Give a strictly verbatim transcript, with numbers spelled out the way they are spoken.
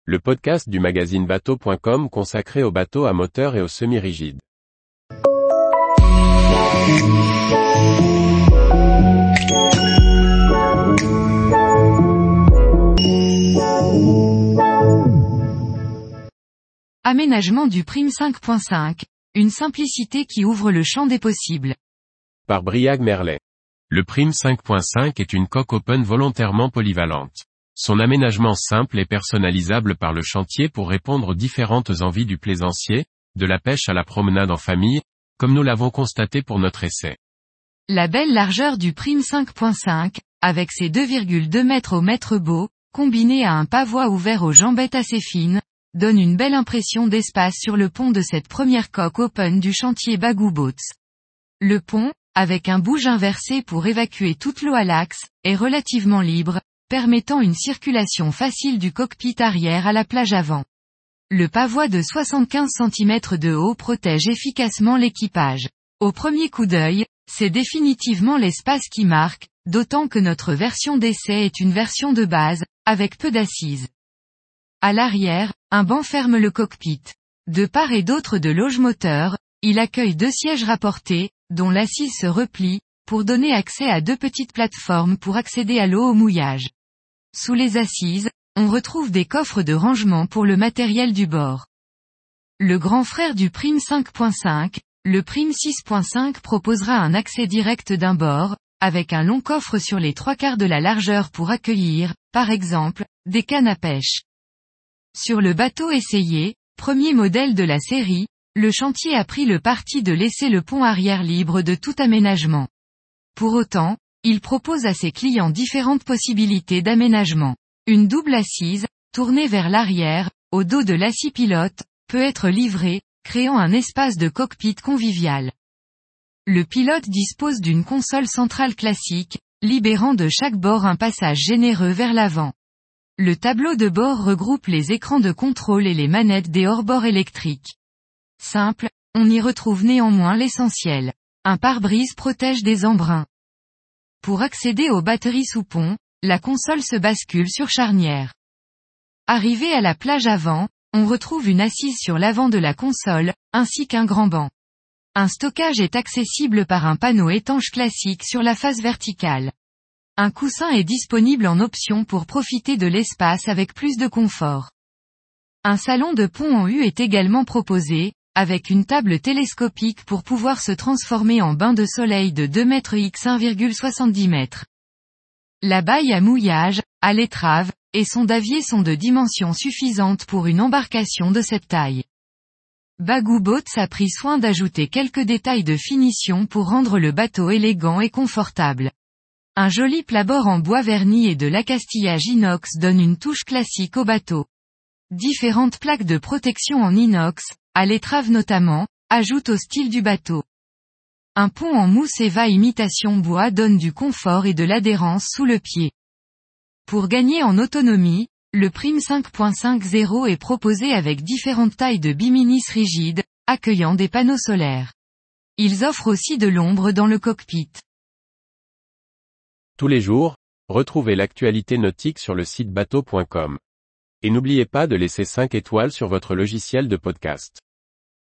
le podcast du magazine bateau point com consacré aux bateaux à moteur et aux semi-rigides. Aménagement du Prim cinq point cinq, une simplicité qui ouvre le champ des possibles. Par Briag Merlet. Le Prim cinq point cinq est une coque open volontairement polyvalente. Son aménagement simple est personnalisable par le chantier pour répondre aux différentes envies du plaisancier, de la pêche à la promenade en famille, comme nous l'avons constaté pour notre essai. La belle largeur du Prim cinq point cinq, avec ses deux virgule deux mètres au mètre beau, combiné à un pavois ouvert aux jambettes assez fines, donne une belle impression d'espace sur le pont de cette première coque open du chantier Bagou Boats. Le pont, avec un bouge inversé pour évacuer toute l'eau à l'axe, est relativement libre, permettant une circulation facile du cockpit arrière à la plage avant. Le pavois de soixante-quinze centimètres de haut protège efficacement l'équipage. Au premier coup d'œil, c'est définitivement l'espace qui marque, d'autant que notre version d'essai est une version de base, avec peu d'assises. À l'arrière, un banc ferme le cockpit. De part et d'autre de loge-moteur, il accueille deux sièges rapportés, dont l'assise se replie, pour donner accès à deux petites plateformes pour accéder à l'eau au mouillage. Sous les assises, on retrouve des coffres de rangement pour le matériel du bord. Le grand frère du Prim cinq point cinq, le Prim six point cinq proposera un accès direct d'un bord, avec un long coffre sur les trois quarts de la largeur pour accueillir, par exemple, des cannes à pêche. Sur le bateau essayé, premier modèle de la série, le chantier a pris le parti de laisser le pont arrière libre de tout aménagement. Pour autant, il propose à ses clients différentes possibilités d'aménagement. Une double assise, tournée vers l'arrière, au dos de l'assis pilote, peut être livrée, créant un espace de cockpit convivial. Le pilote dispose d'une console centrale classique, libérant de chaque bord un passage généreux vers l'avant. Le tableau de bord regroupe les écrans de contrôle et les manettes des hors-bords électriques. Simple, on y retrouve néanmoins l'essentiel. Un pare-brise protège des embruns. Pour accéder aux batteries sous pont, la console se bascule sur charnière. Arrivé à la plage avant, on retrouve une assise sur l'avant de la console, ainsi qu'un grand banc. Un stockage est accessible par un panneau étanche classique sur la face verticale. Un coussin est disponible en option pour profiter de l'espace avec plus de confort. Un salon de pont en U est également proposé, avec une table télescopique pour pouvoir se transformer en bain de soleil de deux mètres par un virgule soixante-dix mètres. La baille à mouillage, à l'étrave, et son davier sont de dimensions suffisantes pour une embarcation de cette taille. Bagou Boats a pris soin d'ajouter quelques détails de finition pour rendre le bateau élégant et confortable. Un joli plat-bord en bois verni et de l'accastillage inox donne une touche classique au bateau. Différentes plaques de protection en inox, à l'étrave notamment, ajoutent au style du bateau. Un pont en mousse Eva imitation bois donne du confort et de l'adhérence sous le pied. Pour gagner en autonomie, le Prim cinq point cinq zéro est proposé avec différentes tailles de biminis rigides, accueillant des panneaux solaires. Ils offrent aussi de l'ombre dans le cockpit. Tous les jours, retrouvez l'actualité nautique sur le site bateau point com. Et n'oubliez pas de laisser cinq étoiles sur votre logiciel de podcast.